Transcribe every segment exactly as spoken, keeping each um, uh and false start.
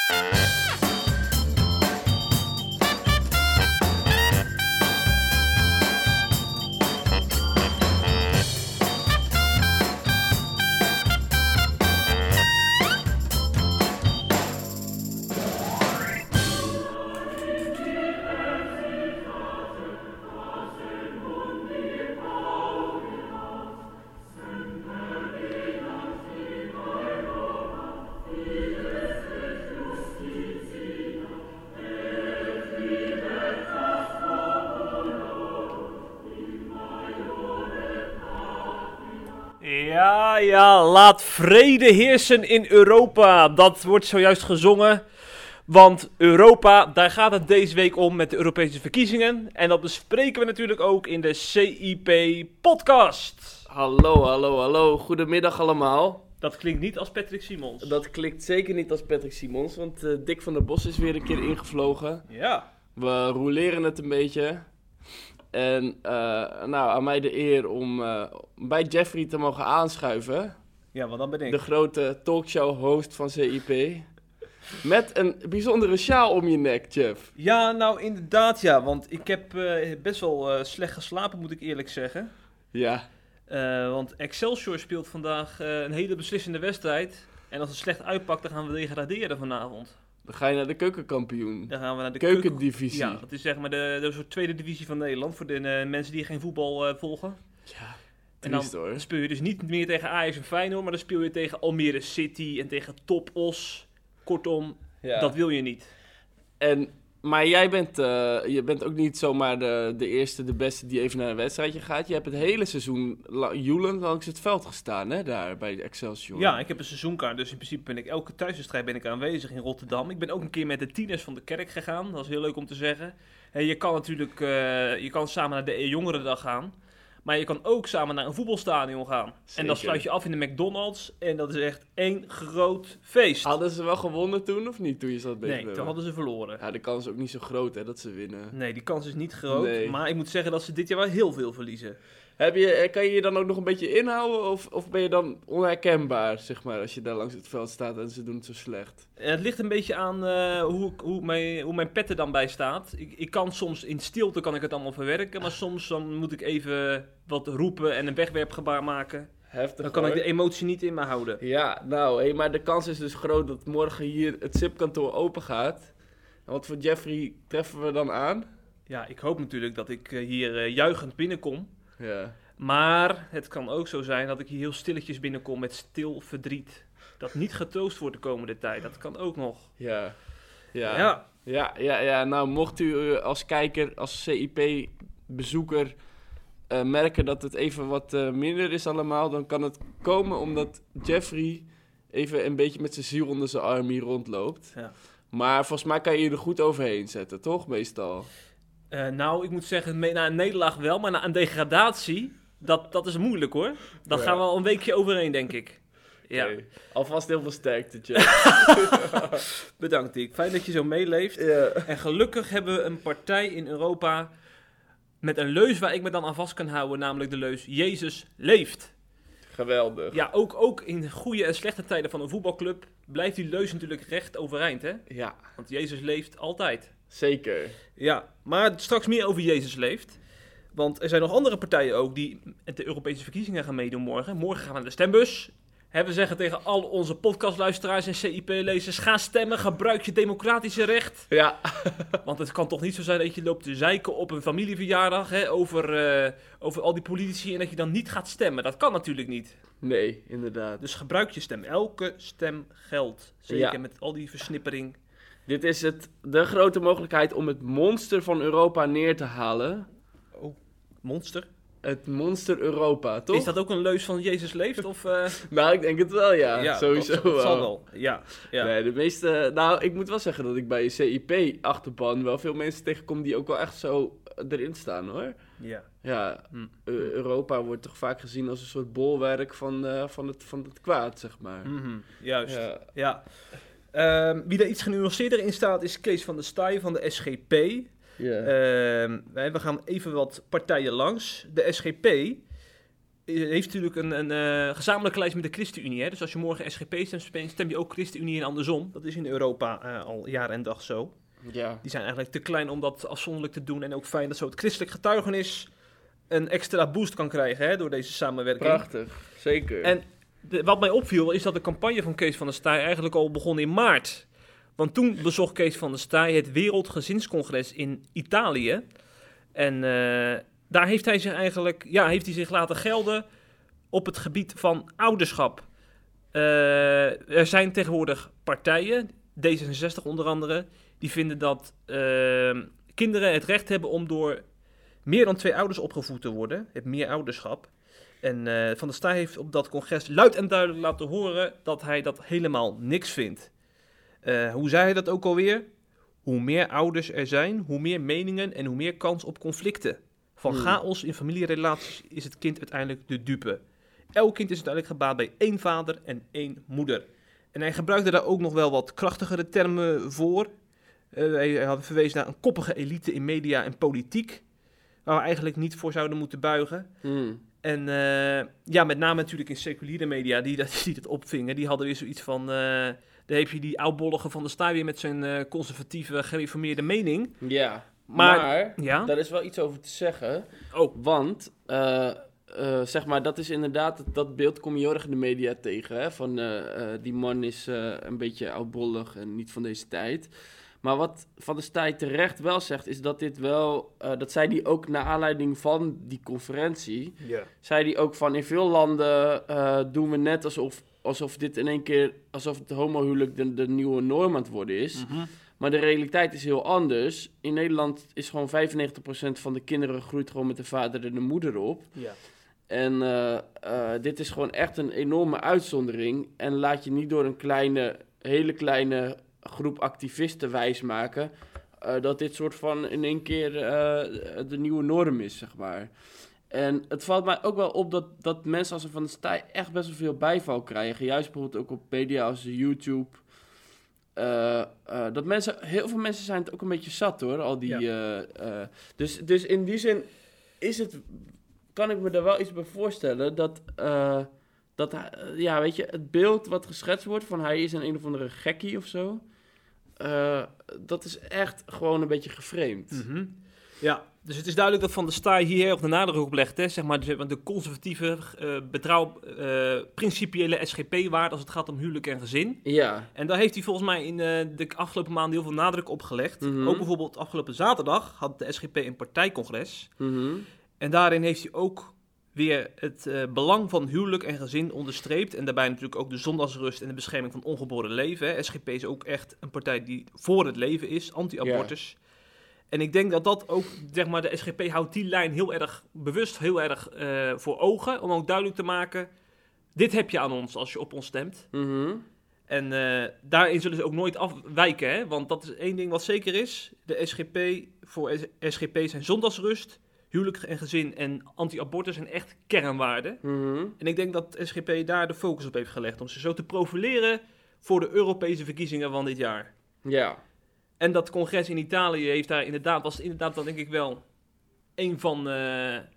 Ja, ja, laat vrede heersen in Europa. Dat wordt zojuist gezongen. Want Europa, daar gaat het deze week om met de Europese verkiezingen. En dat bespreken we natuurlijk ook in de C I P-podcast. Hallo, hallo, hallo. Goedemiddag allemaal. Dat klinkt niet als Patrick Simons. Dat klinkt zeker niet als Patrick Simons, want uh, Dick van der Bos is weer een keer ingevlogen. Ja. We roleren het een beetje. En uh, nou, aan mij de eer om uh, bij Jeffrey te mogen aanschuiven. Ja, wat dan ben ik? De grote talkshow-host van C I P. Met een bijzondere sjaal om je nek, Jeff. Ja, nou inderdaad ja, want ik heb uh, best wel uh, slecht geslapen, moet ik eerlijk zeggen. Ja. Uh, want Excelsior speelt vandaag uh, een hele beslissende wedstrijd. En als het slecht uitpakt, dan gaan we degraderen vanavond. Dan ga je naar de keukenkampioen. Dan gaan we naar de Keukendivisie. Keuken... Ja, dat is zeg maar de, de soort tweede divisie van Nederland voor de uh, mensen die geen voetbal uh, volgen. Ja, en dan, triest hoor. dan speel je dus niet meer tegen Ajax en Feyenoord, maar dan speel je tegen Almere City en tegen Top Os. Kortom, Ja. dat wil je niet. En, maar jij bent, uh, je bent ook niet zomaar de, de eerste, de beste die even naar een wedstrijdje gaat. Je hebt het hele seizoen la- joelend langs het veld gestaan, hè, daar bij Excelsior. Ja, ik heb een seizoenkaart, dus in principe ben ik elke thuiswedstrijd ben ik aanwezig in Rotterdam. Ik ben ook een keer met de tieners van de kerk gegaan, dat is heel leuk om te zeggen. Hey, je kan natuurlijk, uh, je kan samen naar de jongerendag gaan. Maar je kan ook samen naar een voetbalstadion gaan. Zeker. En dan sluit je af in de McDonald's. En dat is echt één groot feest. Hadden ze wel gewonnen toen of niet, toen je zat bezig? Nee, toen hadden ze verloren. Ja, de kans is ook niet zo groot, hè, dat ze winnen. Nee, die kans is niet groot. Nee. Maar ik moet zeggen dat ze dit jaar wel heel veel verliezen. Heb je, kan je je dan ook nog een beetje inhouden? Of, of ben je dan onherkenbaar, zeg maar, als je daar langs het veld staat en ze doen het zo slecht? En het ligt een beetje aan uh, hoe, hoe, mijn, hoe mijn pet er dan bij staat. Ik, ik kan soms in stilte kan ik het allemaal verwerken. Maar soms dan moet ik even wat roepen en een wegwerpgebaar maken. Heftig, Dan kan hoor. ik de emotie niet in me houden. Ja, nou, hey, maar de kans is dus groot dat morgen hier het S I P-kantoor open gaat. En wat voor Jeffrey treffen we dan aan? Ja, ik hoop natuurlijk dat ik uh, hier uh, juichend binnenkom. Ja. Maar het kan ook zo zijn dat ik hier heel stilletjes binnenkom met stil verdriet. Dat niet getoost wordt de komende tijd. Dat kan ook nog. Ja. Ja. Ja. Ja, ja, ja. Nou, mocht u uh, als kijker, als C I P-bezoeker uh, merken dat het even wat uh, minder is allemaal, dan kan het komen omdat Jeffrey even een beetje met zijn ziel onder zijn arm hier rondloopt. Ja. Maar volgens mij kan je je er goed overheen zetten, toch? Meestal. Uh, nou, ik moet zeggen, me- na een nederlaag wel, maar na een degradatie, dat, dat is moeilijk hoor. Daar Ja. gaan we al een weekje overheen, denk ik. Ja, Okay. Alvast heel veel sterkte, Jeff. bedankt Dick. Fijn dat je zo meeleeft. Ja. En gelukkig hebben we een partij in Europa met een leus waar ik me dan aan vast kan houden, namelijk de leus Jezus leeft. Geweldig. Ja, ook, ook in goede en slechte tijden van een voetbalclub blijft die leus natuurlijk recht overeind, hè? Ja, Want Jezus leeft altijd. zeker. Ja, maar straks meer over Jezus leeft. Want er zijn nog andere partijen ook die met de Europese verkiezingen gaan meedoen morgen. Morgen gaan we naar de stembus. Hè, we zeggen tegen al onze podcastluisteraars en C I P-lezers, ga stemmen, gebruik je democratische recht. Ja. Want het kan toch niet zo zijn dat je loopt te zeiken op een familieverjaardag hè, over, uh, over al die politici en dat je dan niet gaat stemmen. Dat kan natuurlijk niet. Nee, inderdaad. Dus gebruik je stem. Elke stem geldt. Zeker Ja. met al die versnippering. Dit is het, de grote mogelijkheid om het monster van Europa neer te halen. Oh, monster. Het monster Europa, toch? Is dat ook een leus van Jezus leeft? Of, uh... Nou, ik denk het wel, ja. Sowieso dat, dat wel. zal wel. Ja, ja. Nee, de meeste... Nou, ik moet wel zeggen dat ik bij je C I P-achterban wel veel mensen tegenkom die ook wel echt zo erin staan, hoor. Ja. Ja, Hm. uh, Europa wordt toch vaak gezien als een soort bolwerk van, uh, van, het, van het kwaad, zeg maar. Mm-hmm. Juist. Ja. Ja. Um, wie daar iets genuanceerder in staat is Kees van der Staaij van de S G P. Ja. Um, wij, we gaan even wat partijen langs. De S G P heeft natuurlijk een, een uh, gezamenlijke lijst met de ChristenUnie. Hè? Dus als je morgen S G P stemt, stem je ook ChristenUnie en andersom. Dat is in Europa uh, al jaar en dag zo. Ja. Die zijn eigenlijk te klein om dat afzonderlijk te doen. En ook fijn dat zo het christelijk getuigenis een extra boost kan krijgen, hè, door deze samenwerking. Prachtig, zeker. En de, wat mij opviel is dat de campagne van Kees van der Staaij eigenlijk al begon in maart. Want toen bezocht Kees van der Staaij het Wereldgezinscongres in Italië. En uh, daar heeft hij zich eigenlijk, ja, heeft hij zich laten gelden op het gebied van ouderschap. Uh, er zijn tegenwoordig partijen, D zesenzestig onder andere, die vinden dat uh, kinderen het recht hebben om door meer dan twee ouders opgevoed te worden, het meerouderschap. En uh, Van der Staaij heeft op dat congres luid en duidelijk laten horen dat hij dat helemaal niks vindt. Uh, hoe zei hij dat ook alweer? Hoe meer ouders er zijn, hoe meer meningen en hoe meer kans op conflicten. Van hmm. chaos in familierelaties is het kind uiteindelijk de dupe. Elk kind is uiteindelijk gebaat bij één vader en één moeder. En hij gebruikte daar ook nog wel wat krachtigere termen voor. Uh, hij, hij had verwezen naar een koppige elite in media en politiek, waar we eigenlijk niet voor zouden moeten buigen. Hmm. En uh, ja, met name natuurlijk in seculiere media, die dat, die dat opvingen, die hadden weer zoiets van, uh, daar heb je die oudbollige Van der Staaij weer met zijn uh, conservatieve, gereformeerde mening. Ja, maar, maar ja? daar is wel iets over te zeggen. Oh. Want, uh, uh, zeg maar, dat is inderdaad, dat beeld kom je heel erg in de media tegen. Hè? Van, uh, uh, die man is uh, een beetje oudbollig en niet van deze tijd. Maar wat Van der Staaij terecht wel zegt, is dat dit wel, uh, dat zei hij ook naar aanleiding van die conferentie, yeah. zei hij ook van in veel landen uh, doen we net alsof, alsof dit in één keer, alsof het homohuwelijk de, de nieuwe norm aan het worden is. Mm-hmm. Maar de realiteit is heel anders. In Nederland is gewoon vijfennegentig procent van de kinderen groeit gewoon met de vader en de moeder op. Yeah. En uh, uh, dit is gewoon echt een enorme uitzondering. En laat je niet door een kleine, hele kleine groep activisten wijsmaken uh, dat dit soort van in één keer uh, de nieuwe norm is, zeg maar. En het valt mij ook wel op dat, dat mensen als Van der Staaij echt best wel veel bijval krijgen. Juist bijvoorbeeld ook op media als YouTube. Uh, uh, dat mensen, heel veel mensen zijn het ook een beetje zat, hoor. Al die, ja. uh, uh, dus, dus in die zin is het, kan ik me er wel iets bij voorstellen dat, uh, dat uh, ja, weet je, het beeld wat geschetst wordt van hij is een een of andere gekkie of zo, uh, dat is echt gewoon een beetje geframed. Mm-hmm. Ja, dus het is duidelijk dat Van der Staaij hier heel erg de nadruk op legt, hè? Zeg maar de, de conservatieve, uh, betrouw, uh, principiële S G P-waarde als het gaat om huwelijk en gezin. Ja. En daar heeft hij volgens mij in uh, de afgelopen maanden heel veel nadruk op gelegd. Mm-hmm. Ook bijvoorbeeld afgelopen zaterdag had de S G P een partijcongres. Mm-hmm. En daarin heeft hij ook weer het uh, belang van huwelijk en gezin onderstreept. En daarbij natuurlijk ook de zondagsrust en de bescherming van ongeboren leven. Hè. S G P is ook echt een partij die voor het leven is, anti-abortus. Ja. En ik denk dat dat ook, zeg maar, de S G P houdt die lijn heel erg bewust, heel erg uh, voor ogen. Om ook duidelijk te maken, dit heb je aan ons als je op ons stemt. Mm-hmm. En uh, daarin zullen ze ook nooit afwijken, hè? Want dat is één ding wat zeker is. De S G P, voor S G P zijn zondagsrust, huwelijk en gezin en anti-abortus zijn echt kernwaarden. Mm-hmm. En ik denk dat S G P daar de focus op heeft gelegd, om ze zo te profileren voor de Europese verkiezingen van dit jaar. Ja. En dat congres in Italië heeft daar inderdaad, was inderdaad dan denk ik wel een van uh, uh,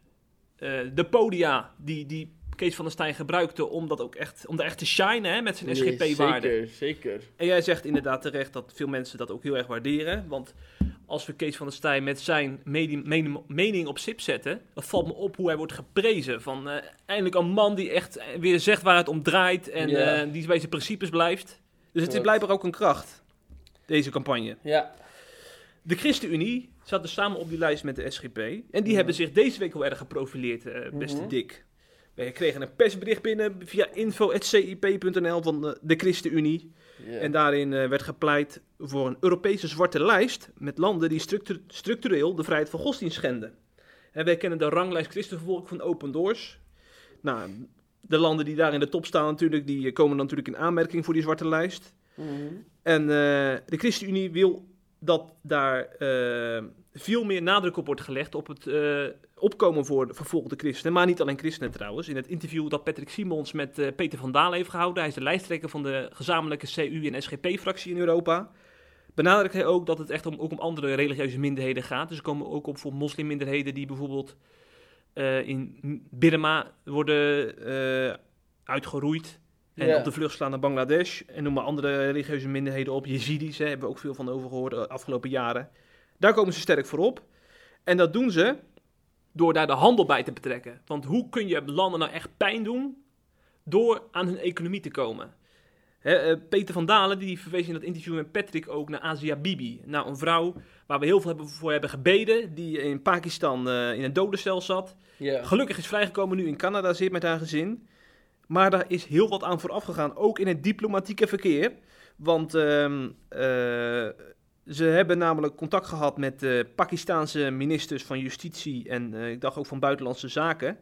de podia die, die Kees van der Staaij gebruikte om dat ook echt, om daar echt te shinen, hè, met zijn S G P-waarden. Nee, zeker, zeker. En jij zegt inderdaad terecht dat veel mensen dat ook heel erg waarderen, want als we Kees van der Staaij met zijn mening, mening, mening op sip zetten, dan valt me op hoe hij wordt geprezen. Van uh, eindelijk een man die echt weer zegt waar het om draait en ja. uh, die bij zijn principes blijft. Dus het is blijkbaar ook een kracht, deze campagne. Ja. De ChristenUnie zat dus samen op die lijst met de S G P. En die mm-hmm. hebben zich deze week heel erg geprofileerd, uh, beste mm-hmm. Dick. We kregen een persbericht binnen via info at c i p punt n l van de, de ChristenUnie. Yeah. En daarin uh, werd gepleit voor een Europese zwarte lijst met landen die structu- structureel de vrijheid van godsdienst schenden. En wij kennen de ranglijst christenvervolg van Open Doors. Nou, de landen die daar in de top staan natuurlijk, die komen dan natuurlijk in aanmerking voor die zwarte lijst. Mm-hmm. En uh, de ChristenUnie wil dat daar uh, veel meer nadruk op wordt gelegd op het uh, opkomen voor de vervolgde christenen. Maar niet alleen christenen trouwens. In het interview dat Patrick Simons met uh, Peter van Dalen heeft gehouden, hij is de lijsttrekker van de gezamenlijke C U en S G P-fractie in Europa, benadrukt hij ook dat het echt om, ook om andere religieuze minderheden gaat. Dus er komen ook op voor moslimminderheden die bijvoorbeeld uh, in Birma worden uh, uitgeroeid. En ja. op de vlucht slaan naar Bangladesh. En noem maar andere religieuze minderheden op. Jezidis, hè, hebben we ook veel van over gehoord de afgelopen jaren. Daar komen ze sterk voor op. En dat doen ze door daar de handel bij te betrekken. Want hoe kun je landen nou echt pijn doen door aan hun economie te komen? He, uh, Peter van Dalen die verwees in dat interview met Patrick ook naar Asia Bibi. Nou, een vrouw waar we heel veel hebben, voor hebben gebeden, die in Pakistan uh, in een dodencel zat. Yeah. Gelukkig is vrijgekomen, nu in Canada zit met haar gezin. Maar daar is heel wat aan vooraf gegaan, ook in het diplomatieke verkeer. Want uh, uh, ze hebben namelijk contact gehad met de Pakistaanse ministers van Justitie en uh, ik dacht ook van Buitenlandse Zaken.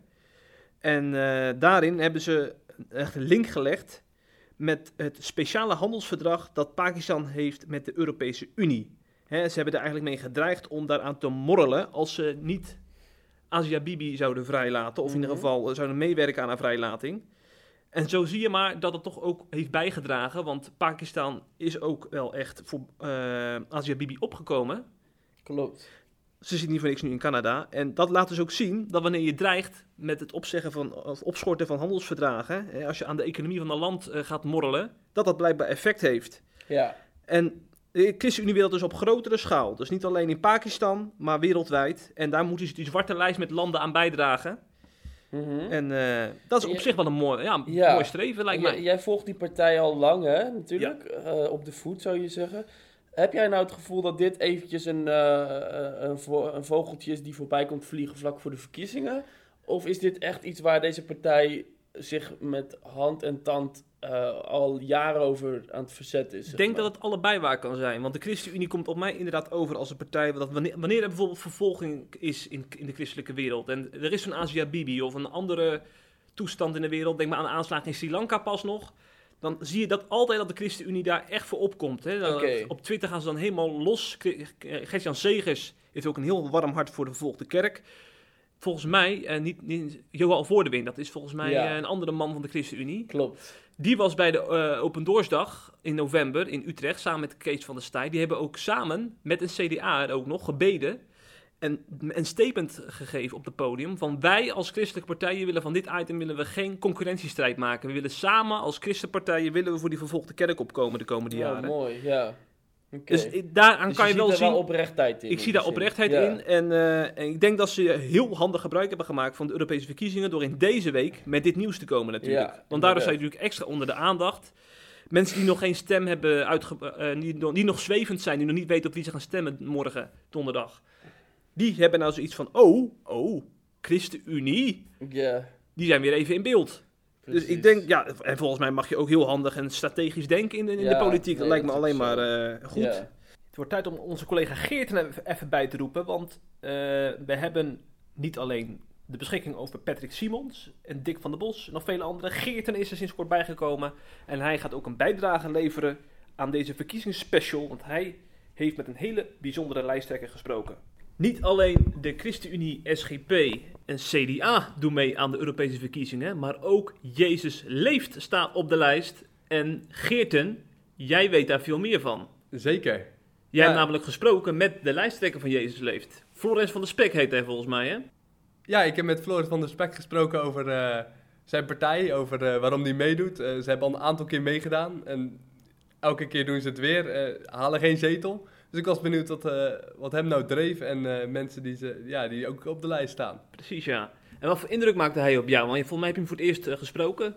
En uh, daarin hebben ze echt een link gelegd met het speciale handelsverdrag dat Pakistan heeft met de Europese Unie. He, ze hebben er eigenlijk mee gedreigd om daaraan te morrelen als ze niet Asia Bibi zouden vrijlaten. Of in ieder geval zouden meewerken aan haar vrijlating. En zo zie je maar dat het toch ook heeft bijgedragen. Want Pakistan is ook wel echt voor uh, Asia Bibi opgekomen. Klopt. Ze zit niet voor niks nu in Canada. En dat laat dus ook zien dat wanneer je dreigt met het opzeggen van, of opschorten van handelsverdragen, hè, als je aan de economie van een land uh, gaat morrelen, dat dat blijkbaar effect heeft. Ja. En de ChristenUnie wil dat dus op grotere schaal. Dus niet alleen in Pakistan, maar wereldwijd. En daar moeten ze die zwarte lijst met landen aan bijdragen. Mm-hmm. En uh, dat is op ja, zich wel een mooi, ja, ja. mooi streven, lijkt mij. J- jij volgt die partij al lang, hè, natuurlijk. Ja. Uh, op de voet, zou je zeggen. Heb jij nou het gevoel dat dit eventjes een, uh, een, vo- een vogeltje is die voorbij komt vliegen vlak voor de verkiezingen? Of is dit echt iets waar deze partij zich met hand en tand uh, al jaren over aan het verzetten is? Ik denk maar. dat het allebei waar kan zijn. Want de ChristenUnie komt op mij inderdaad over als een partij, dat wanneer, wanneer er bijvoorbeeld vervolging is in, in de christelijke wereld. En er is zo'n Asia Bibi of een andere toestand in de wereld. Denk maar aan de aanslagen in Sri Lanka pas nog. Dan zie je dat altijd dat de ChristenUnie daar echt voor opkomt. Hè? Okay. Op Twitter gaan ze dan helemaal los. Gert-Jan Segers heeft ook een heel warm hart voor de vervolgde kerk. Volgens mij, eh, niet, niet Johan Voordewind, dat is volgens mij ja. eh, een andere man van de ChristenUnie. Klopt. Die was bij de uh, Open Doorsdag in november in Utrecht, samen met Kees van der Staaij. Die hebben ook samen met een C D A er ook nog gebeden en een statement gegeven op het podium van wij als christelijke partijen willen van dit item willen we geen concurrentiestrijd maken. We willen samen als christenpartijen willen we voor die vervolgde kerk opkomen de komende ja, jaren. Mooi, ja. Okay. Dus daaraan dus kan je, je wel zien. zien. Wel oprechtheid in. Ik zie daar oprechtheid ja. in. En, uh, en ik denk dat ze heel handig gebruik hebben gemaakt van de Europese verkiezingen door in deze week met dit nieuws te komen natuurlijk. Ja, want daardoor sta je natuurlijk extra onder de aandacht. Mensen die nog geen stem hebben uitge... Uh, die, die nog zwevend zijn, die nog niet weten op wie ze gaan stemmen morgen, donderdag. Die hebben nou zoiets van, oh, oh, ChristenUnie. Ja. Die zijn weer even in beeld. Precies. Dus ik denk, ja, en volgens mij mag je ook heel handig en strategisch denken in de, in ja, de politiek. Dat nee, lijkt me alleen maar uh, goed. Ja. Het wordt tijd om onze collega Geert er even bij te roepen. Want uh, we hebben niet alleen de beschikking over Patrick Simons en Dick van der Bos en nog vele anderen. Geerten is er sinds kort bijgekomen. En hij gaat ook een bijdrage leveren aan deze verkiezingsspecial. Want hij heeft met een hele bijzondere lijsttrekker gesproken. Niet alleen de ChristenUnie, S G P en C D A doen mee aan de Europese verkiezingen, maar ook Jezus Leeft staat op de lijst. En Geerten, jij weet daar veel meer van. Zeker. Jij ja. hebt namelijk gesproken met de lijsttrekker van Jezus Leeft. Floris van der Spek heet hij volgens mij, hè? Ja, ik heb met Floris van der Spek gesproken over uh, zijn partij, over uh, waarom hij meedoet. Uh, ze hebben al een aantal keer meegedaan en elke keer doen ze het weer, uh, halen geen zetel. Dus ik was benieuwd wat, uh, wat hem nou dreef en uh, mensen die, ze, ja, die ook op de lijst staan. Precies, ja. En wat voor indruk maakte hij op jou? Want volgens mij heb je hem voor het eerst uh, gesproken.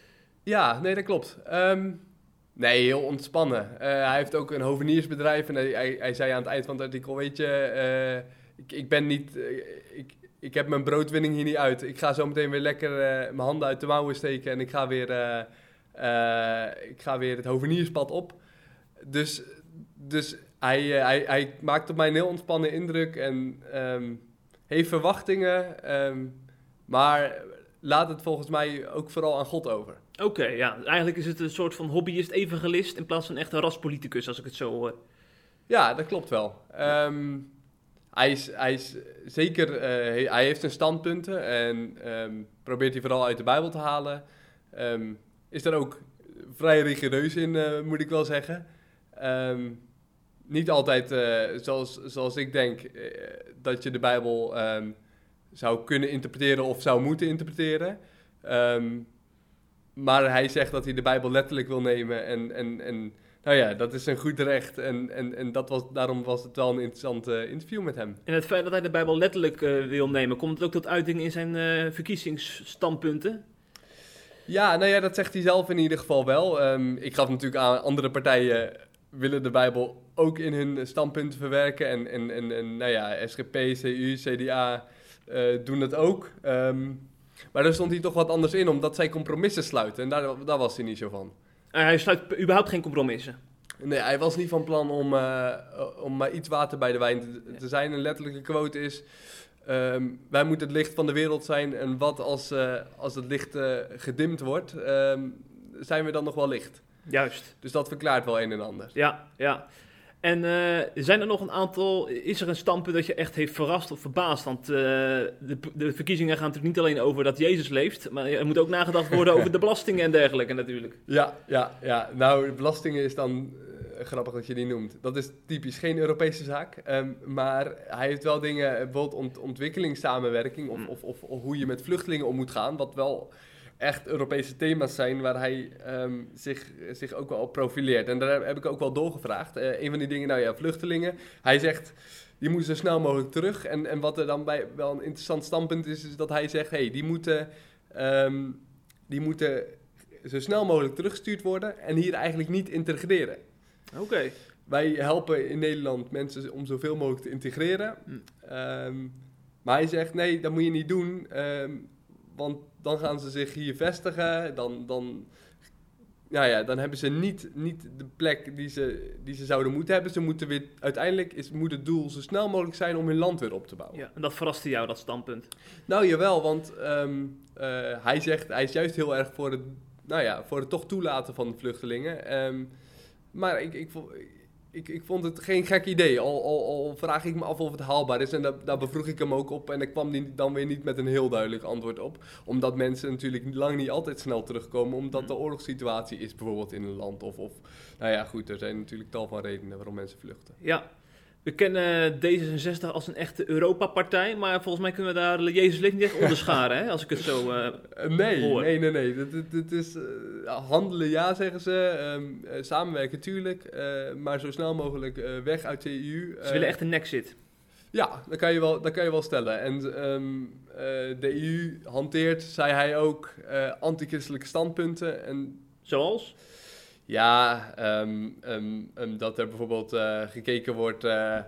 Ja, nee, dat klopt. Um, nee, heel ontspannen. Uh, hij heeft ook een hoveniersbedrijf en hij, hij, hij zei aan het eind van het artikel, weet je, uh, ik, ik ben niet, uh, ik, ik heb mijn broodwinning hier niet uit. Ik ga zo meteen weer lekker uh, mijn handen uit de mouwen steken en ik ga weer, uh, uh, ik ga weer het hovenierspad op. Dus, dus hij, uh, hij, hij maakt op mij een heel ontspannen indruk en um, heeft verwachtingen, um, maar laat het volgens mij ook vooral aan God over. Oké, okay, ja. Eigenlijk is het een soort van hobbyist-evangelist in plaats van echt een raspoliticus, als ik het zo hoor. Ja, dat klopt wel. Um, hij, is, hij is zeker, uh, hij, hij heeft zijn standpunten en um, probeert die vooral uit de Bijbel te halen. Um, is daar ook vrij rigoureus in, uh, moet ik wel zeggen. Um, niet altijd uh, zoals, zoals ik denk, uh, dat je de Bijbel um, zou kunnen interpreteren of zou moeten interpreteren. Um, maar hij zegt dat hij de Bijbel letterlijk wil nemen en, en, en nou ja, dat is een goed recht en, en, en dat was, daarom was het wel een interessant uh, interview met hem. En het feit dat hij de Bijbel letterlijk uh, wil nemen, komt het ook tot uiting in zijn uh, verkiezingsstandpunten? Ja, nou ja, dat zegt hij zelf in ieder geval wel. Um, ik gaf natuurlijk aan, andere partijen willen de Bijbel ook in hun standpunten verwerken. En, en, en, en nou ja, S G P, C U, C D A uh, doen dat ook. Um, maar daar stond hij toch wat anders in, omdat zij compromissen sluiten. En daar, daar was hij niet zo van. Uh, hij sluit überhaupt geen compromissen? Nee, hij was niet van plan om, uh, om maar iets water bij de wijn te, te zijn. Een letterlijke quote is... Um, wij moeten het licht van de wereld zijn en wat als, uh, als het licht uh, gedimd wordt, um, zijn we dan nog wel licht. Juist. Dus dat verklaart wel een en ander. Ja, ja. En uh, zijn er nog een aantal, is er een standpunt dat je echt heeft verrast of verbaasd? Want uh, de, de verkiezingen gaan natuurlijk niet alleen over dat Jezus leeft, maar er moet ook nagedacht worden over de belastingen en dergelijke natuurlijk. Ja, ja, ja. Nou, de belastingen is dan... Grappig dat je die noemt. Dat is typisch geen Europese zaak. Um, maar hij heeft wel dingen, bijvoorbeeld ont- ontwikkelingssamenwerking... Of, of, of, of hoe je met vluchtelingen om moet gaan... wat wel echt Europese thema's zijn... waar hij um, zich, zich ook wel op profileert. En daar heb ik ook wel doorgevraagd. Uh, een van die dingen, nou ja, vluchtelingen. Hij zegt, die moeten zo snel mogelijk terug. En, en wat er dan bij wel een interessant standpunt is... is dat hij zegt, hey, die moeten... Um, die moeten zo snel mogelijk teruggestuurd worden... en hier eigenlijk niet integreren. Oké. Okay. Wij helpen in Nederland mensen om zoveel mogelijk te integreren. Mm. Um, maar hij zegt, nee, dat moet je niet doen. Um, want dan gaan ze zich hier vestigen. Dan, dan, nou ja, dan hebben ze niet, niet de plek die ze, die ze zouden moeten hebben. Ze moeten weer, uiteindelijk is, moet het doel zo snel mogelijk zijn om hun land weer op te bouwen. Ja, en dat verraste jou, dat standpunt? Nou, jawel, want um, uh, hij zegt, hij is juist heel erg voor het, nou ja, voor het toch toelaten van de vluchtelingen. Um, Maar ik, ik, ik, ik vond het geen gek idee, al, al, al vraag ik me af of het haalbaar is. En daar, daar bevroeg ik hem ook op en daar kwam hij dan weer niet met een heel duidelijk antwoord op. Omdat mensen natuurlijk lang niet altijd snel terugkomen, omdat de oorlogssituatie is bijvoorbeeld in een land. Of, of nou ja, goed, er zijn natuurlijk tal van redenen waarom mensen vluchten. Ja, we kennen D zesenzestig als een echte Europa-partij, maar volgens mij kunnen we daar Jezus leeft niet echt onderscharen, hè, als ik het zo uh, nee, hoor. Nee, nee, nee. Het is uh, handelen ja, zeggen ze. Um, uh, samenwerken tuurlijk, uh, maar zo snel mogelijk uh, weg uit de E U. Uh, ze willen echt een nexit. Ja, dat kan je wel, dat kan je wel stellen. En um, uh, de E U hanteert, zei hij ook, uh, antichristelijke standpunten. En zoals? Ja, um, um, um, dat er bijvoorbeeld uh, gekeken wordt, uh,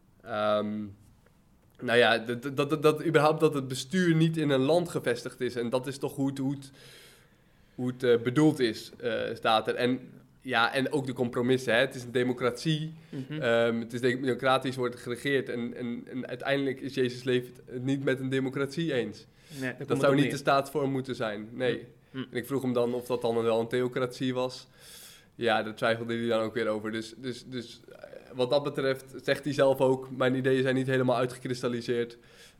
um, nou ja, dat, dat, dat, dat überhaupt dat het bestuur niet in een land gevestigd is. En dat is toch hoe het, hoe het, hoe het uh, bedoeld is, uh, staat er. En ja, en ook de compromissen, hè. Het is een democratie, mm-hmm. um, het is democratisch, wordt geregeerd. En, en, en uiteindelijk is Jezus leeft het niet met een democratie eens. Nee, dat dat zou niet de staatsvorm moeten zijn, nee. Mm. En ik vroeg hem dan of dat dan wel een theocratie was. Ja, daar twijfelde hij dan ook weer over. Dus, dus, dus wat dat betreft zegt hij zelf ook... mijn ideeën zijn niet helemaal uitgekristalliseerd.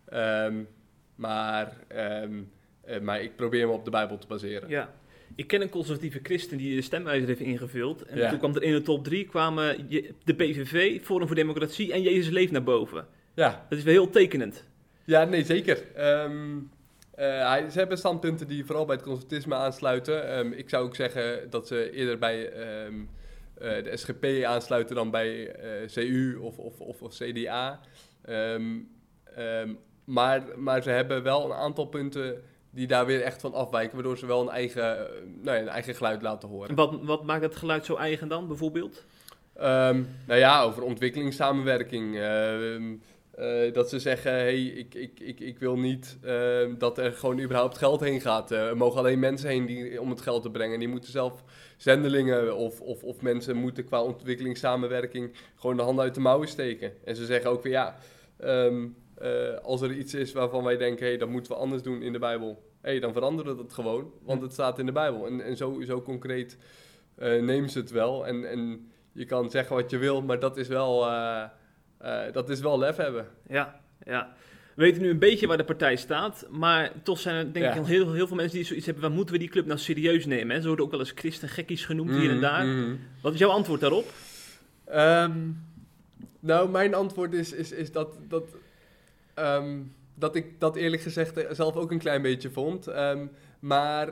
Um, maar, um, uh, maar ik probeer me op de Bijbel te baseren. Ja. Ik ken een conservatieve christen die de stemwijzer heeft ingevuld. En ja. toen kwam er in de top drie kwamen de P V V, Forum voor Democratie en Jezus leeft naar boven. Ja. Dat is wel heel tekenend. Ja, nee, zeker. Um, Uh, ze hebben standpunten die vooral bij het conservatisme aansluiten. Um, ik zou ook zeggen dat ze eerder bij um, uh, de S G P aansluiten dan bij uh, C U of, of, of, of C D A. Um, um, maar, maar ze hebben wel een aantal punten die daar weer echt van afwijken, waardoor ze wel een eigen, uh, nou ja, een eigen geluid laten horen. En wat, wat maakt dat geluid zo eigen dan, bijvoorbeeld? Um, nou ja, over ontwikkelingssamenwerking. Uh, Uh, dat ze zeggen, hey, ik, ik, ik, ik wil niet uh, dat er gewoon überhaupt geld heen gaat. Uh, er mogen alleen mensen heen die, om het geld te brengen. Die moeten zelf zendelingen of, of, of mensen moeten qua ontwikkelingssamenwerking gewoon de handen uit de mouwen steken. En ze zeggen ook weer, ja, um, uh, als er iets is waarvan wij denken, hey, dat moeten we anders doen in de Bijbel. Hey, dan veranderen we dat gewoon, want het staat in de Bijbel. En, en zo, zo concreet uh, nemen ze het wel. En, en je kan zeggen wat je wil, maar dat is wel... Uh, Uh, dat is wel lef hebben. Ja, ja. We weten nu een beetje waar de partij staat, maar toch zijn er denk ja. ik heel, heel veel mensen die zoiets hebben, waar moeten we die club nou serieus nemen? Hè? Ze worden ook wel eens christengekkies genoemd mm, hier en daar. Mm. Wat is jouw antwoord daarop? Um, nou, mijn antwoord is, is, is dat, dat um, dat ik dat eerlijk gezegd zelf ook een klein beetje vond. Um, maar,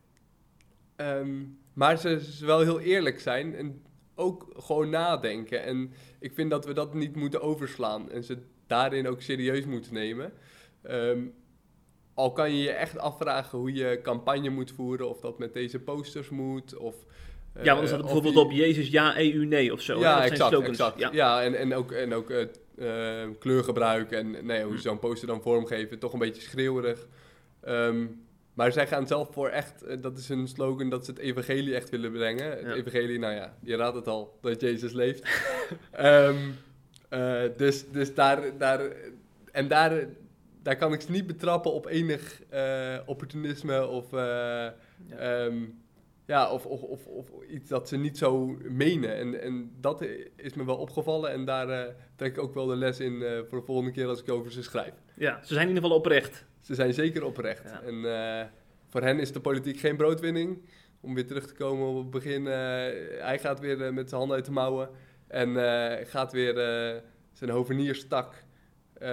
um, maar ze, ze wel heel eerlijk zijn en ook gewoon nadenken. En ik vind dat we dat niet moeten overslaan en ze daarin ook serieus moeten nemen. Um, al kan je je echt afvragen hoe je campagne moet voeren, of dat met deze posters moet, of... Ja, want er staat bijvoorbeeld je... op Jezus ja, E U nee of zo. Ja, dat exact, zijn exact. Ja, ja en, en ook, en ook uh, uh, kleurgebruik en nee, hoe je zo'n poster dan vormgeven. Toch een beetje schreeuwerig. Um, maar zij gaan zelf voor echt, uh, dat is hun slogan, dat ze het evangelie echt willen brengen. Het ja. evangelie, nou ja, je raadt het al, dat Jezus leeft. um, uh, dus dus daar, daar, en daar, daar kan ik ze niet betrappen op enig uh, opportunisme of... Uh, ja. Um, Ja, of, of, of, of iets dat ze niet zo menen. En, en dat is me wel opgevallen. En daar uh, trek ik ook wel de les in uh, voor de volgende keer als ik over ze schrijf. Ja, ze zijn in ieder geval oprecht. Ze zijn zeker oprecht. Ja. En uh, voor hen is de politiek geen broodwinning. Om weer terug te komen op het begin. Uh, hij gaat weer uh, met zijn handen uit de mouwen. En uh, gaat weer uh, zijn hovenierstak uh,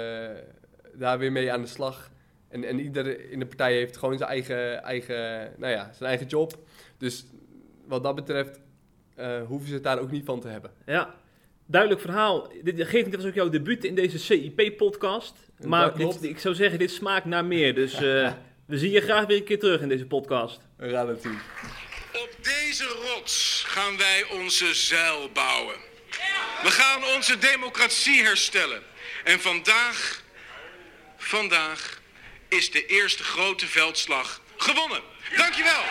daar weer mee aan de slag. En, en ieder in de partij heeft gewoon zijn eigen, eigen, nou ja, zijn eigen job. Dus wat dat betreft uh, hoeven ze het daar ook niet van te hebben. Ja, duidelijk verhaal. Dit, Geert, dit was ook jouw debuut in deze C I P-podcast. Maar dit, ik zou zeggen, dit smaakt naar meer. Dus uh, we zien je graag weer een keer terug in deze podcast. We gaan het zien. Op deze rots gaan wij onze zuil bouwen. We gaan onze democratie herstellen. En vandaag, vandaag... is de eerste grote veldslag gewonnen. Dankjewel!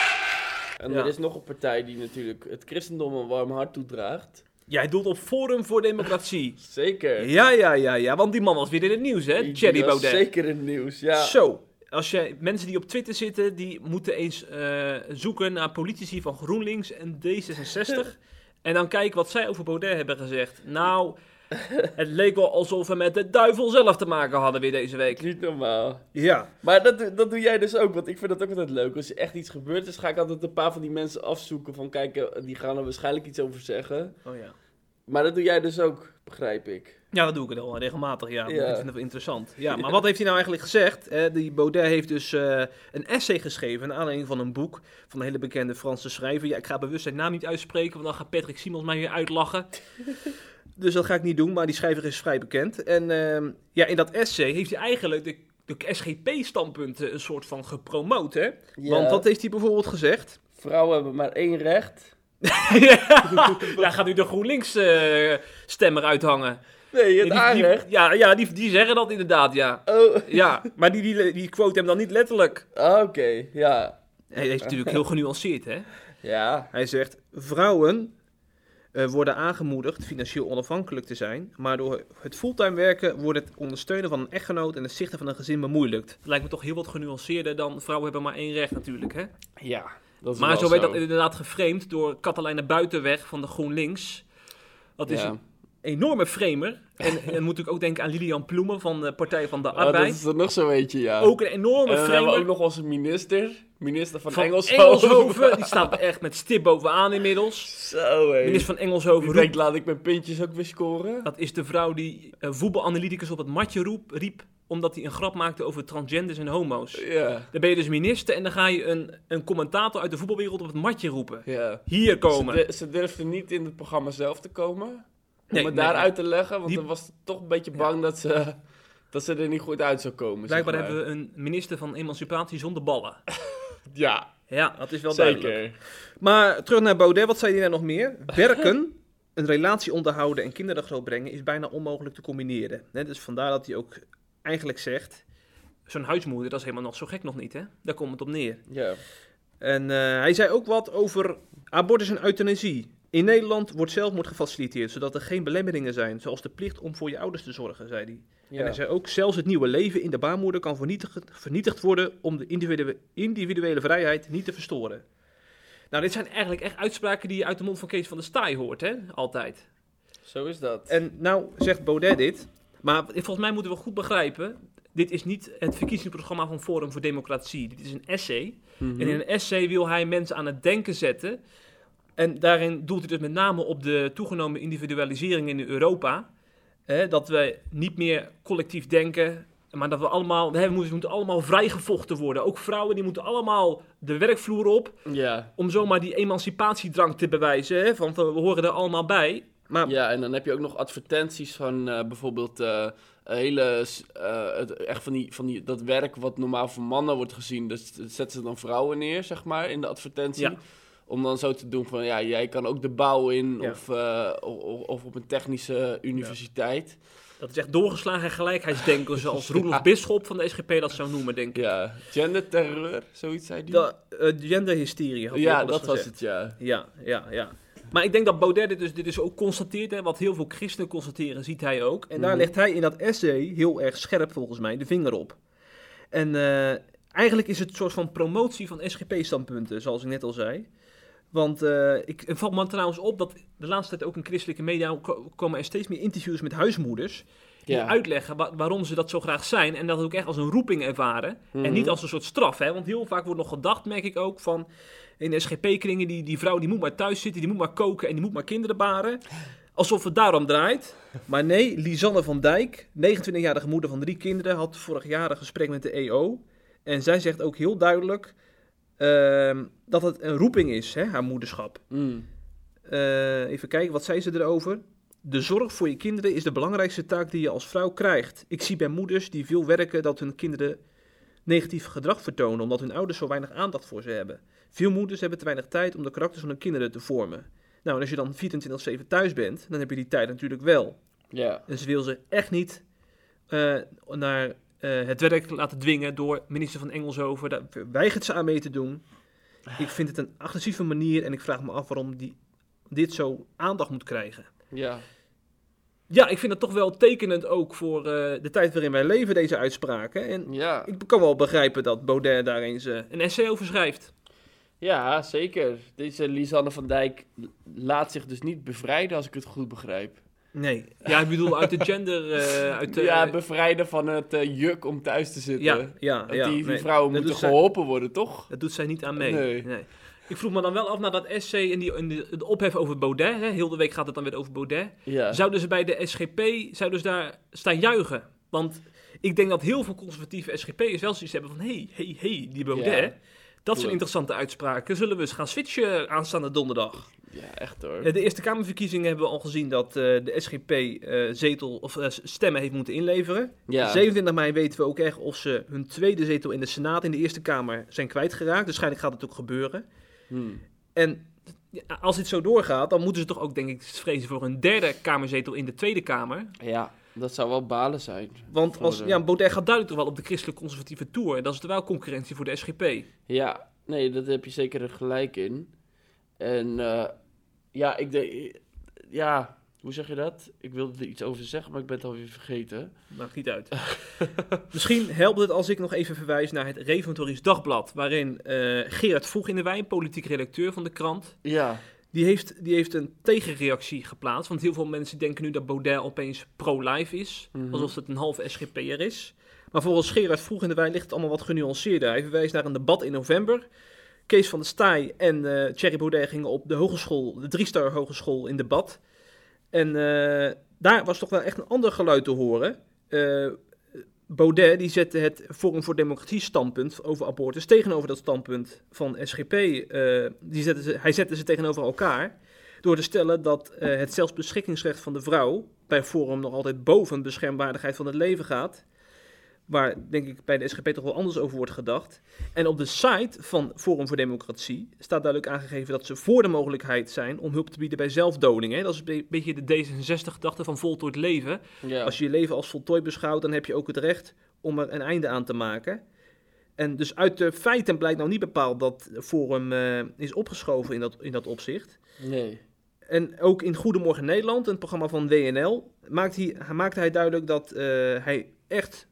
En ja. er is nog een partij die natuurlijk het christendom een warm hart toedraagt. Jij doelt op Forum voor Democratie. Zeker. Ja, ja, ja, ja, want die man was weer in het nieuws, hè? Thierry Baudet. Zeker in het nieuws, ja. Zo, als je, mensen die op Twitter zitten, die moeten eens uh, zoeken naar politici van GroenLinks en D zesenzestig. En dan kijken wat zij over Baudet hebben gezegd. Nou... Het leek wel alsof we met de duivel zelf te maken hadden weer deze week. Niet normaal. Ja. Maar dat, dat doe jij dus ook, want ik vind dat ook altijd leuk. Als er echt iets gebeurt is, ga ik altijd een paar van die mensen afzoeken. Van kijk, die gaan er waarschijnlijk iets over zeggen. Oh ja. Maar dat doe jij dus ook, begrijp ik. Ja, dat doe ik al regelmatig, ja. ja. Ik vind het wel interessant. Ja, maar wat heeft hij nou eigenlijk gezegd? Eh, die Baudet heeft dus uh, een essay geschreven naar aanleiding van een boek van een hele bekende Franse schrijver. Ja, ik ga bewust zijn naam niet uitspreken, want dan gaat Patrick Simons mij weer uitlachen. Dus dat ga ik niet doen, maar die schrijver is vrij bekend. En uh, ja, in dat essay heeft hij eigenlijk de, de S G P-standpunten een soort van gepromoot, hè? Ja. Want wat heeft hij bijvoorbeeld gezegd? Vrouwen hebben maar één recht. ja, daar gaat nu de GroenLinks-stemmer uh, uithangen. Nee, het die, aanrecht. Die, ja, ja die, die zeggen dat inderdaad, ja. Oh. Ja, maar die, die, die quote hem dan niet letterlijk. Ah, oké, okay, ja. Hij heeft natuurlijk heel genuanceerd, hè? Ja. Hij zegt, vrouwen... Uh, worden aangemoedigd financieel onafhankelijk te zijn, maar door het fulltime werken wordt het ondersteunen van een echtgenoot en het zichten van een gezin bemoeilijkt. Dat lijkt me toch heel wat genuanceerder dan vrouwen hebben maar één recht natuurlijk, hè? Ja, dat is maar wel zo zo werd dat inderdaad geframed door Katelijne Buitenweg van de GroenLinks. Dat is ja. een enorme framer. En, en moet ik ook denken aan Lilian Ploemen van de Partij van de Arbeid. Oh, dat is er nog zo eentje, ja. Ook een enorme en framer. En hebben we ook nog onze minister, minister van, van Engelshoven. Engelshoven. Die staat echt met stip bovenaan inmiddels. Zo, hé. Minister van Engelshoven. Die denkt, laat ik mijn puntjes ook weer scoren. Dat is de vrouw die uh, voetbalanalyticus op het matje roep, riep, omdat hij een grap maakte over transgenders en homo's. Ja. Dan ben je dus minister en dan ga je een, een commentator uit de voetbalwereld op het matje roepen. Ja. Hier komen. Ze, ze durfde niet in het programma zelf te komen. Om Nee, het nee, daar nee. uit te leggen, want Die- dan was het toch een beetje bang dat, ze, dat ze er niet goed uit zou komen. Blijkbaar zeg maar. hebben we een minister van emancipatie zonder ballen. Ja, Ja, dat is wel zeker. duidelijk. Maar terug naar Baudet, wat zei hij nou nog meer? Werken, een relatie onderhouden en kinderen grootbrengen is bijna onmogelijk te combineren. Hè, dus vandaar dat hij ook eigenlijk zegt, zo'n huismoeder, dat is helemaal nog zo gek nog niet, hè? Daar komt het op neer. Ja. En uh, hij zei ook wat over abortus en euthanasie. In Nederland wordt zelfmoord gefaciliteerd, zodat er geen belemmeringen zijn, zoals de plicht om voor je ouders te zorgen, zei hij. Ja. En hij zei ook, zelfs het nieuwe leven in de baarmoeder kan vernietigd, vernietigd worden om de individue- individuele vrijheid niet te verstoren. Nou, dit zijn eigenlijk echt uitspraken die je uit de mond van Kees van der Staaij hoort, hè? Altijd. Zo is dat. En nou zegt Baudet dit, maar volgens mij moeten we goed begrijpen, dit is niet het verkiezingsprogramma van Forum voor Democratie. Dit is een essay. Mhm. En in een essay wil hij mensen aan het denken zetten. En daarin doelt hij dus met name op de toegenomen individualisering in Europa. Hè, dat wij niet meer collectief denken, maar dat we allemaal, we moeten, moeten allemaal vrijgevochten worden. Ook vrouwen, die moeten allemaal de werkvloer op. Ja. Om zomaar die emancipatiedrang te bewijzen. Hè? Want we horen er allemaal bij. Maar, ja, en dan heb je ook nog advertenties van uh, bijvoorbeeld uh, hele, uh, het, echt van, die, van die, dat werk wat normaal voor mannen wordt gezien. Dus dat zetten ze dan vrouwen neer, zeg maar, in de advertentie. Ja. Om dan zo te doen van, ja, jij kan ook de bouw in Ja. of, uh, of, of op een technische universiteit. Ja. Dat is echt doorgeslagen gelijkheidsdenken, zoals Roelof ja. Bisschop van de S G P dat zou noemen, denk ik. Ja, genderterreur, zoiets zei die. De, uh, genderhysterie. Had ja, dat gezegd. was het, ja. Ja, ja, ja. Maar ik denk dat Baudet dit dus, dit dus ook constateert, hè, wat heel veel christenen constateren, ziet hij ook. En mm-hmm. daar legt hij in dat essay heel erg scherp, volgens mij, de vinger op. En uh, eigenlijk is het een soort van promotie van S G P-standpunten, zoals ik net al zei. Want uh, ik, het valt me trouwens op dat de laatste tijd ook in christelijke media komen er steeds meer interviews met huismoeders. Die ja. uitleggen wa- waarom ze dat zo graag zijn. En dat het ook echt als een roeping ervaren. Mm-hmm. En niet als een soort straf. Hè? Want heel vaak wordt nog gedacht, merk ik ook, van in de S G P-kringen, die, die vrouw die moet maar thuis zitten, die moet maar koken en die moet maar kinderen baren. Alsof het daarom draait. Maar nee, Lisanne van Dijk, negenentwintigjarige moeder van drie kinderen, had vorig jaar een gesprek met de E O. En zij zegt ook heel duidelijk uh, dat het een roeping is, hè, haar moederschap. Mm. Uh, even kijken, wat zei ze erover? De zorg voor je kinderen is de belangrijkste taak die je als vrouw krijgt. Ik zie bij moeders die veel werken dat hun kinderen negatief gedrag vertonen, omdat hun ouders zo weinig aandacht voor ze hebben. Veel moeders hebben te weinig tijd om de karakters van hun kinderen te vormen. Nou, en als je dan vierentwintig zeven thuis bent, dan heb je die tijd natuurlijk wel. Ja. En ze wil ze echt niet uh, naar uh, het werk laten dwingen door minister van Engelshoven. Daar weigert ze aan mee te doen. Ik vind het een agressieve manier en ik vraag me af waarom die, dit zo aandacht moet krijgen. Ja. Ja, ik vind het toch wel tekenend ook voor uh, de tijd waarin wij leven, deze uitspraken. En ja. ik kan wel begrijpen dat Baudet daar eens uh, een essay over schrijft. Ja, zeker. Deze Lisanne van Dijk laat zich dus niet bevrijden, als ik het goed begrijp. Nee, ja, ik bedoel uit de gender... Uh, uit de, ja, bevrijden van het uh, juk om thuis te zitten. Ja, ja, ja. Die, die nee, vrouwen moeten geholpen zij, worden, toch? Dat doet zij niet aan mee. Nee. nee. Ik vroeg me dan wel af naar dat essay en die, en de, de ophef over Baudet. Hè? Heel de week gaat het dan weer over Baudet. Ja. Zouden ze bij de S G P zouden ze daar staan juichen? Want ik denk dat heel veel conservatieve S G P'ers wel zoiets hebben van... hé, hey, hé, hey, hey, die Baudet, ja. dat zijn interessante uitspraken. Zullen we eens gaan switchen aanstaande donderdag? Ja, echt hoor. De Eerste Kamerverkiezingen hebben we al gezien dat uh, de S G P uh, zetel of uh, stemmen heeft moeten inleveren. Ja. zevenentwintig mei weten we ook echt of ze hun tweede zetel in de Senaat in de Eerste Kamer zijn kwijtgeraakt. Waarschijnlijk gaat het ook gebeuren. Hmm. En ja, als dit zo doorgaat, dan moeten ze toch ook, denk ik, vrezen voor een derde kamerzetel in de Tweede Kamer. Ja, dat zou wel balen zijn. Want als, de... ja, Baudet gaat duidelijk toch wel op de christelijk conservatieve toer. Dat is er wel concurrentie voor de S G P. Ja, nee, daar heb je zeker gelijk in. En uh, ja, ik denk... Ja, hoe zeg je dat? Ik wilde er iets over zeggen, maar ik ben het alweer vergeten. Maakt niet uit. Misschien helpt het als ik nog even verwijs naar het Reformatorisch Dagblad, waarin uh, Gerard Vroeg in de Wijn, politiek redacteur van de krant, ja. die, heeft, die heeft een tegenreactie geplaatst. Want heel veel mensen denken nu dat Baudet opeens pro-life is, mm-hmm. alsof het een halve S G P'er is. Maar volgens Gerard Vroeg in de Wijn ligt het allemaal wat genuanceerder. Hij verwijst naar een debat in november. Kees van der Staaij en uh, Thierry Baudet gingen op de hogeschool, de Driestar Hogeschool, in debat. En uh, daar was toch wel echt een ander geluid te horen. Uh, Baudet die zette het Forum voor Democratie standpunt over abortus tegenover dat standpunt van S G P. Uh, die zette ze, hij zette ze tegenover elkaar door te stellen dat uh, het zelfbeschikkingsrecht van de vrouw bij Forum nog altijd boven beschermwaardigheid van het leven gaat. Waar, denk ik, bij de S G P toch wel anders over wordt gedacht. En op de site van Forum voor Democratie staat duidelijk aangegeven dat ze voor de mogelijkheid zijn om hulp te bieden bij zelfdoding. Hè? Dat is een beetje de D zesenzestig-gedachte van voltooid leven. Ja. Als je je leven als voltooid beschouwt, dan heb je ook het recht om er een einde aan te maken. En dus uit de feiten blijkt nou niet bepaald dat Forum uh, is opgeschoven in dat, in dat opzicht. Nee. En ook in Goedemorgen Nederland, een programma van W N L, maakt hij, maakte hij duidelijk dat uh, hij echt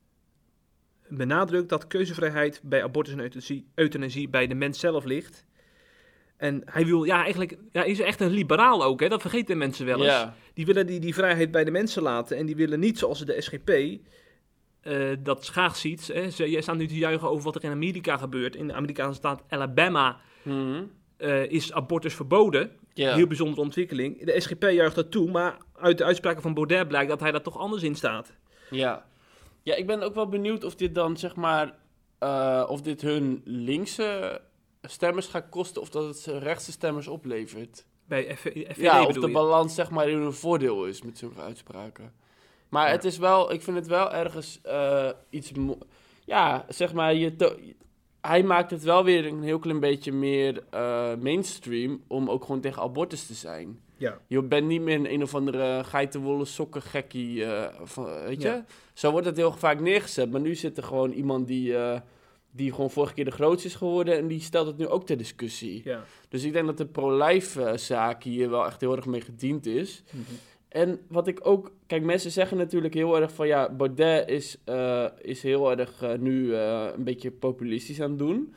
benadrukt dat keuzevrijheid bij abortus en euthanasie, euthanasie bij de mens zelf ligt. En hij wil, ja, eigenlijk, ja, hij is echt een liberaal ook, hè? Dat vergeten mensen wel eens. Ja. Die willen die, die vrijheid bij de mensen laten en die willen niet zoals de S G P uh, dat graag ziet. Hè? Ze, jij staat nu te juichen over wat er in Amerika gebeurt. In de Amerikaanse staat Alabama mm-hmm. uh, is abortus verboden. Ja. Heel bijzondere ontwikkeling. De S G P juicht dat toe, maar uit de uitspraken van Baudet blijkt dat hij daar toch anders in staat. Ja. Ja, ik ben ook wel benieuwd of dit dan, zeg maar, uh, of dit hun linkse stemmers gaat kosten of dat het ze rechtse stemmers oplevert. Bij F V D Ja, of bedoel de je? balans, zeg maar, in hun voordeel is met zulke uitspraken. Maar Ja. het is wel, ik vind het wel ergens uh, iets, mo- ja, zeg maar, je to- hij maakt het wel weer een heel klein beetje meer uh, mainstream om ook gewoon tegen abortus te zijn. Ja. Je bent niet meer een een of andere geitenwolle sokken gekkie, uh, van, weet je? Ja. Zo wordt het heel vaak neergezet, maar nu zit er gewoon iemand die, uh, die gewoon vorige keer de grootste is geworden en die stelt het nu ook ter discussie. Ja. Dus ik denk dat de pro-life uh, zaak hier wel echt heel erg mee gediend is. Mm-hmm. En wat ik ook... Kijk, mensen zeggen natuurlijk heel erg van... Ja, Baudet is, uh, is heel erg uh, nu uh, een beetje populistisch aan het doen.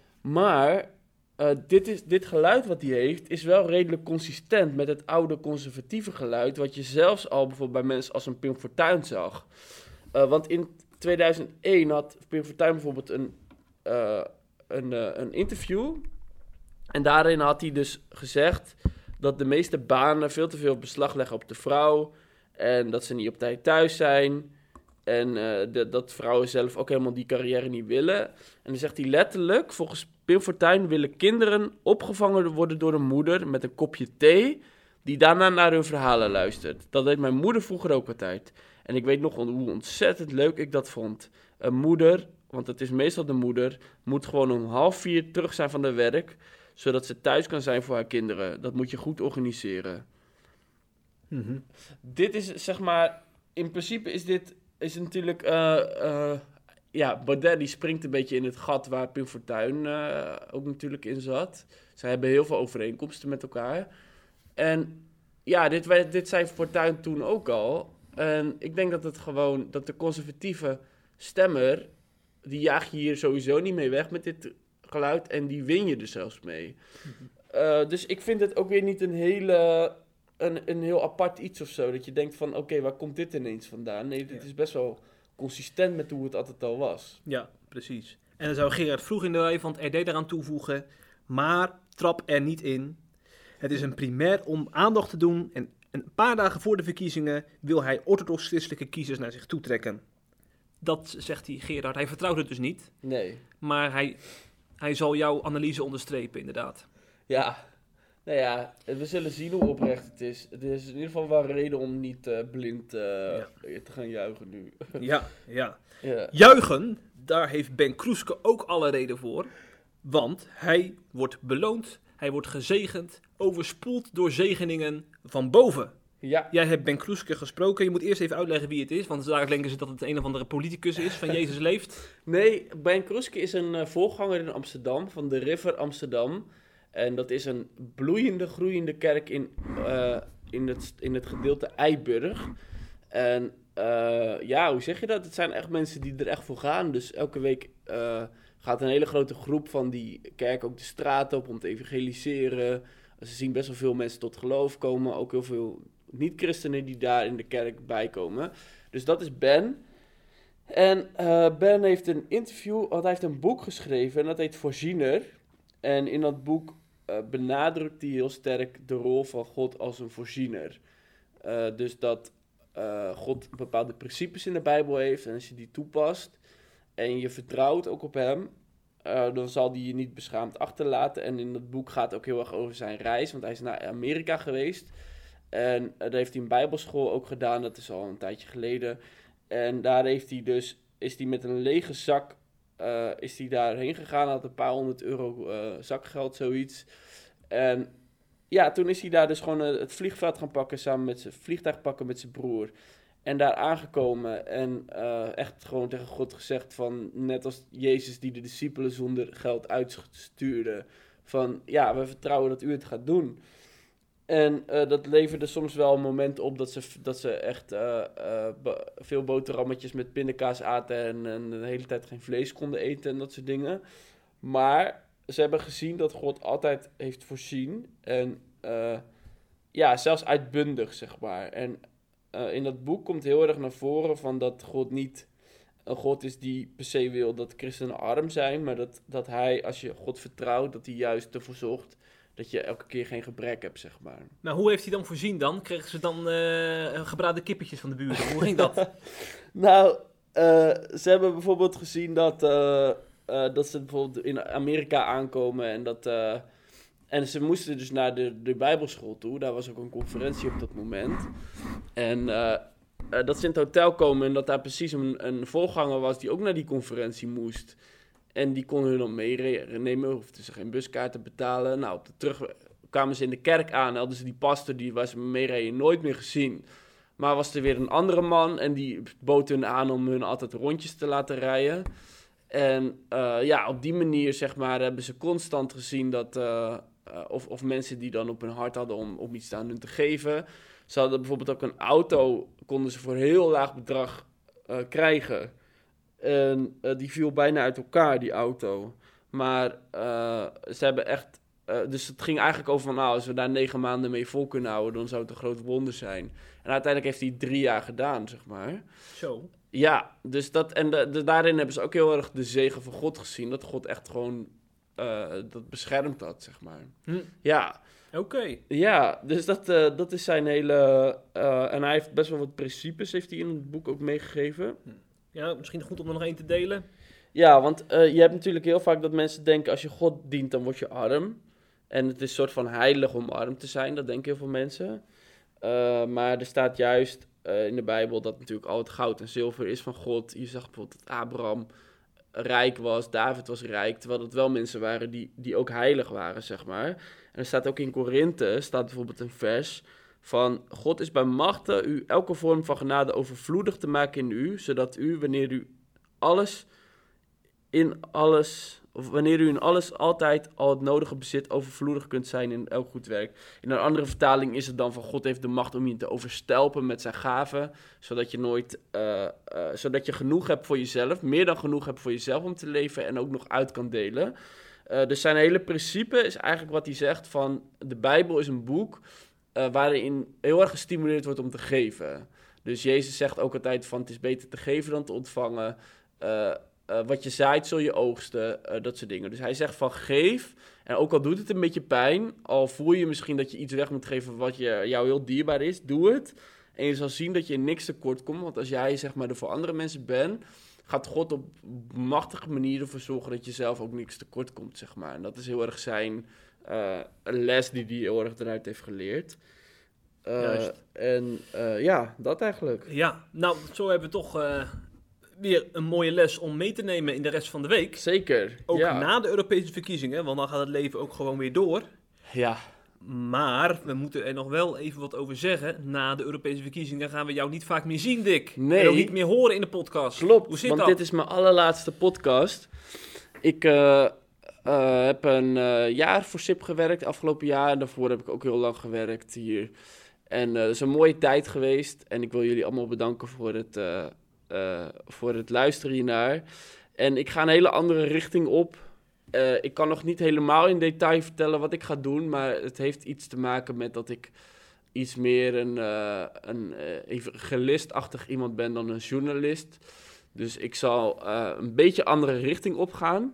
Maar uh, dit, is, dit geluid wat hij heeft... is wel redelijk consistent met het oude conservatieve geluid... wat je zelfs al bijvoorbeeld bij mensen als een Pim Fortuyn zag. Uh, want in tweeduizend één had Pim Fortuyn bijvoorbeeld een, uh, een, uh, een interview... En daarin had hij dus gezegd... dat de meeste banen veel te veel beslag leggen op de vrouw... en dat ze niet op tijd thuis zijn... en uh, de, dat vrouwen zelf ook helemaal die carrière niet willen. En dan zegt hij letterlijk... volgens Pim Fortuyn willen kinderen opgevangen worden door een moeder... met een kopje thee... die daarna naar hun verhalen luistert. Dat deed mijn moeder vroeger ook altijd. En ik weet nog hoe ontzettend leuk ik dat vond. Een moeder, want het is meestal de moeder... moet gewoon om half vier terug zijn van de werk... zodat ze thuis kan zijn voor haar kinderen. Dat moet je goed organiseren. Mm-hmm. Dit is, zeg maar... In principe is dit... Is natuurlijk... Uh, uh, ja, Baudet die springt een beetje in het gat... waar Pim Fortuyn uh, ook natuurlijk in zat. Zij hebben heel veel overeenkomsten met elkaar. En ja, dit, werd, dit zei Fortuyn toen ook al. En ik denk dat het gewoon... dat de conservatieve stemmer... die jaag je hier sowieso niet mee weg met dit... geluid en die win je er zelfs mee. Mm-hmm. Uh, dus ik vind het ook weer niet een hele een, een heel apart iets of zo. Dat je denkt van, oké, okay, waar komt dit ineens vandaan? Nee, dit ja. is best wel consistent met hoe het altijd al was. Ja, precies. En dan zou Gerard vroeg in de rij van het R D daaraan toevoegen, maar trap er niet in. Het is een primair om aandacht te doen en een paar dagen voor de verkiezingen wil hij orthodox-christelijke kiezers naar zich toe trekken. Dat zegt hij, Gerard. Hij vertrouwt het dus niet. Nee. Maar hij, hij zal jouw analyse onderstrepen, inderdaad. Ja. Nou ja, we zullen zien hoe oprecht het is. Het is in ieder geval wel een reden om niet uh, blind uh, ja. te gaan juichen nu. Ja, ja. ja. Juichen, daar heeft Ben Kroeske ook alle reden voor. Want hij wordt beloond, hij wordt gezegend, overspoeld door zegeningen van boven. Ja. Jij hebt Ben Kroeske gesproken. Je moet eerst even uitleggen wie het is. Want daar denken ze dat het een of andere politicus is van Jezus leeft. Nee, Ben Kroeske is een uh, voorganger in Amsterdam van de River Amsterdam. En dat is een bloeiende, groeiende kerk in, uh, in, het, in het gedeelte Eiburg. En uh, ja, hoe zeg je dat? Het zijn echt mensen die er echt voor gaan. Dus elke week uh, gaat een hele grote groep van die kerk ook de straat op om te evangeliseren. Ze zien best wel veel mensen tot geloof komen. Ook heel veel niet-christenen die daar in de kerk bij komen. Dus dat is Ben. En uh, Ben heeft een interview, want hij heeft een boek geschreven en dat heet Voorziener. En in dat boek uh, benadrukt hij heel sterk de rol van God als een voorziener. Uh, dus dat uh, God bepaalde principes in de Bijbel heeft en als je die toepast en je vertrouwt ook op hem, uh, dan zal hij je niet beschaamd achterlaten. En in dat boek gaat het ook heel erg over zijn reis, want hij is naar Amerika geweest. En uh, daar heeft hij een bijbelschool ook gedaan, dat is al een tijdje geleden. En daar heeft hij dus, is hij met een lege zak, uh, is hij daarheen gegaan, had een paar honderd euro uh, zakgeld, zoiets. En ja, toen is hij daar dus gewoon uh, het vliegveld gaan pakken, samen met zijn vliegtuig pakken met zijn broer. En daar aangekomen en uh, echt gewoon tegen God gezegd van, net als Jezus die de discipelen zonder geld uitstuurde, van ja, we vertrouwen dat u het gaat doen. En uh, dat leverde soms wel een moment op dat ze, dat ze echt uh, uh, bo- veel boterhammetjes met pindakaas aten en, en de hele tijd geen vlees konden eten en dat soort dingen. Maar ze hebben gezien dat God altijd heeft voorzien en uh, ja, zelfs uitbundig, zeg maar. En uh, in dat boek komt heel erg naar voren van dat God niet een God is die per se wil dat christenen arm zijn, maar dat, dat hij, als je God vertrouwt, dat hij juist ervoor zorgt dat je elke keer geen gebrek hebt, zeg maar. Nou, hoe heeft hij dan voorzien dan? Kregen ze dan uh, gebraden kippetjes van de buren? Hoe ging dat? Nou, uh, ze hebben bijvoorbeeld gezien dat, uh, uh, dat ze bijvoorbeeld in Amerika aankomen en dat... Uh, en ze moesten dus naar de, de Bijbelschool toe. Daar was ook een conferentie op dat moment. En uh, uh, dat ze in het hotel komen en dat daar precies een, een voorganger was die ook naar die conferentie moest. En die kon hun dan meenemen, hoefden ze geen buskaart te betalen. Nou, op de terug kwamen ze in de kerk aan, hadden ze die pastor die waar ze mee reden nooit meer gezien. Maar was er weer een andere man en die bood hun aan om hun altijd rondjes te laten rijden. En uh, ja, op die manier zeg maar hebben ze constant gezien dat... Uh, uh, of, of mensen die dan op hun hart hadden om, om iets aan hun te geven. Ze hadden bijvoorbeeld ook een auto, konden ze voor een heel laag bedrag uh, krijgen. En uh, die viel bijna uit elkaar, die auto. Maar uh, ze hebben echt... Uh, dus het ging eigenlijk over van, nou, als we daar negen maanden mee vol kunnen houden, dan zou het een groot wonder zijn. En uiteindelijk heeft hij drie jaar gedaan, zeg maar. Zo. Ja, dus dat, en de, de, daarin hebben ze ook heel erg de zegen van God gezien. Dat God echt gewoon uh, dat beschermd had, zeg maar. Hm. Ja. Oké. Okay. Ja, dus dat, uh, dat is zijn hele... Uh, en hij heeft best wel wat principes, heeft hij in het boek ook meegegeven. Ja, misschien goed om er nog één te delen. Ja, want uh, je hebt natuurlijk heel vaak dat mensen denken, als je God dient, dan word je arm. En het is een soort van heilig om arm te zijn, dat denken heel veel mensen. Uh, maar er staat juist uh, in de Bijbel dat natuurlijk al het goud en zilver is van God. Je zag bijvoorbeeld dat Abraham rijk was, David was rijk, terwijl het wel mensen waren die, die ook heilig waren, zeg maar. En er staat ook in Korinthe, staat bijvoorbeeld een vers van... God is bij machte u elke vorm van genade overvloedig te maken in u, zodat u, wanneer u alles in alles... Of wanneer u in alles altijd al het nodige bezit, overvloedig kunt zijn in elk goed werk. In een andere vertaling is het dan van God heeft de macht om je te overstelpen met zijn gaven. Zodat je nooit, uh, uh, zodat je genoeg hebt voor jezelf. Meer dan genoeg hebt voor jezelf om te leven en ook nog uit kan delen. Uh, dus zijn hele principe is eigenlijk wat hij zegt van de Bijbel is een boek uh, waarin heel erg gestimuleerd wordt om te geven. Dus Jezus zegt ook altijd van het is beter te geven dan te ontvangen. Uh, Uh, wat je zaait, zul je oogsten, uh, dat soort dingen. Dus hij zegt van geef, en ook al doet het een beetje pijn, al voel je misschien dat je iets weg moet geven wat je, jou heel dierbaar is, doe het. En je zal zien dat je in niks tekort komt, want als jij zeg maar er voor andere mensen bent, gaat God op machtige manieren ervoor zorgen dat je zelf ook niks tekort komt, zeg maar. En dat is heel erg zijn uh, les die hij heel erg eruit heeft geleerd. Uh, en uh, ja, dat eigenlijk. Ja, nou, zo hebben we toch... Uh... weer een mooie les om mee te nemen in de rest van de week. Zeker, Ook ja. na de Europese verkiezingen, want dan gaat het leven ook gewoon weer door. Ja. Maar we moeten er nog wel even wat over zeggen. Na de Europese verkiezingen gaan we jou niet vaak meer zien, Dick. Nee. En ook niet meer horen in de podcast. Klopt, Hoe zit want dat? dit is mijn allerlaatste podcast. Ik uh, uh, heb een uh, jaar voor S I P gewerkt, afgelopen jaar. En daarvoor heb ik ook heel lang gewerkt hier. En uh, het is een mooie tijd geweest. En ik wil jullie allemaal bedanken voor het... Uh, Uh, voor het luisteren hiernaar. En ik ga een hele andere richting op. Uh, ik kan nog niet helemaal in detail vertellen wat ik ga doen, maar het heeft iets te maken met dat ik iets meer een, uh, een uh, evangelistachtig iemand ben dan een journalist. Dus ik zal uh, een beetje andere richting opgaan.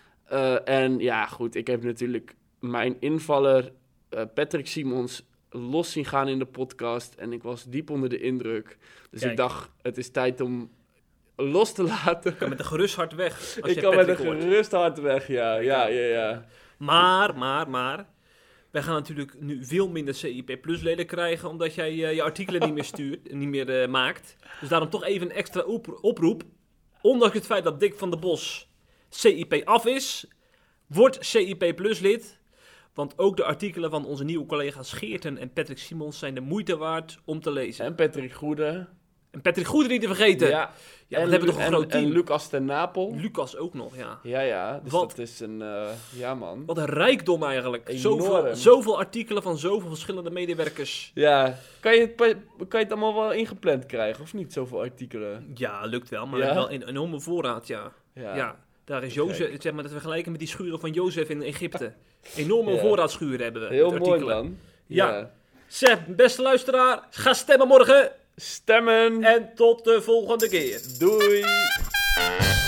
Uh, en ja, goed, ik heb natuurlijk mijn invaller uh, Patrick Simons los zien gaan in de podcast en ik was diep onder de indruk. Dus Kijk. Ik dacht, het is tijd om los te laten. Ik kan met een gerust hart weg. Als Ik je kan met Patrick een hoort. gerust hart weg, ja. Ja, ja, ja. Maar, maar, maar... wij gaan natuurlijk nu veel minder C I P Plus leden krijgen, omdat jij uh, je artikelen niet meer stuurt, niet meer uh, maakt. Dus daarom toch even een extra op- oproep. Ondanks het feit dat Dick van der Bos C I P af is, wordt C I P Plus lid. Want ook de artikelen van onze nieuwe collega's Geerten en Patrick Simons zijn de moeite waard om te lezen. En Patrick Goede. En Patrick Goede niet te vergeten. Ja. Ja, en we hebben Lu- toch een en, groot team. En Lucas ten Napel. Lucas ook nog, ja. Ja, ja. Dus Wat- dat is een... Uh, ja, man. Wat een rijkdom eigenlijk. Enorm. Zoveel, zoveel artikelen van zoveel verschillende medewerkers. Ja. Kan je, het, pa- kan je het allemaal wel ingepland krijgen, of niet? Zoveel artikelen. Ja, lukt wel, maar Ja? wel een enorme voorraad, ja. Ja. Ja, daar is Te Jozef, zeg maar, te vergelijken met die schuren van Jozef in Egypte. Enorme Ja. voorraadschuren hebben we. Heel met mooi, artikelen. man. Ja. Zeg, beste luisteraar, ga stemmen morgen Stemmen. en tot de volgende keer. Doei.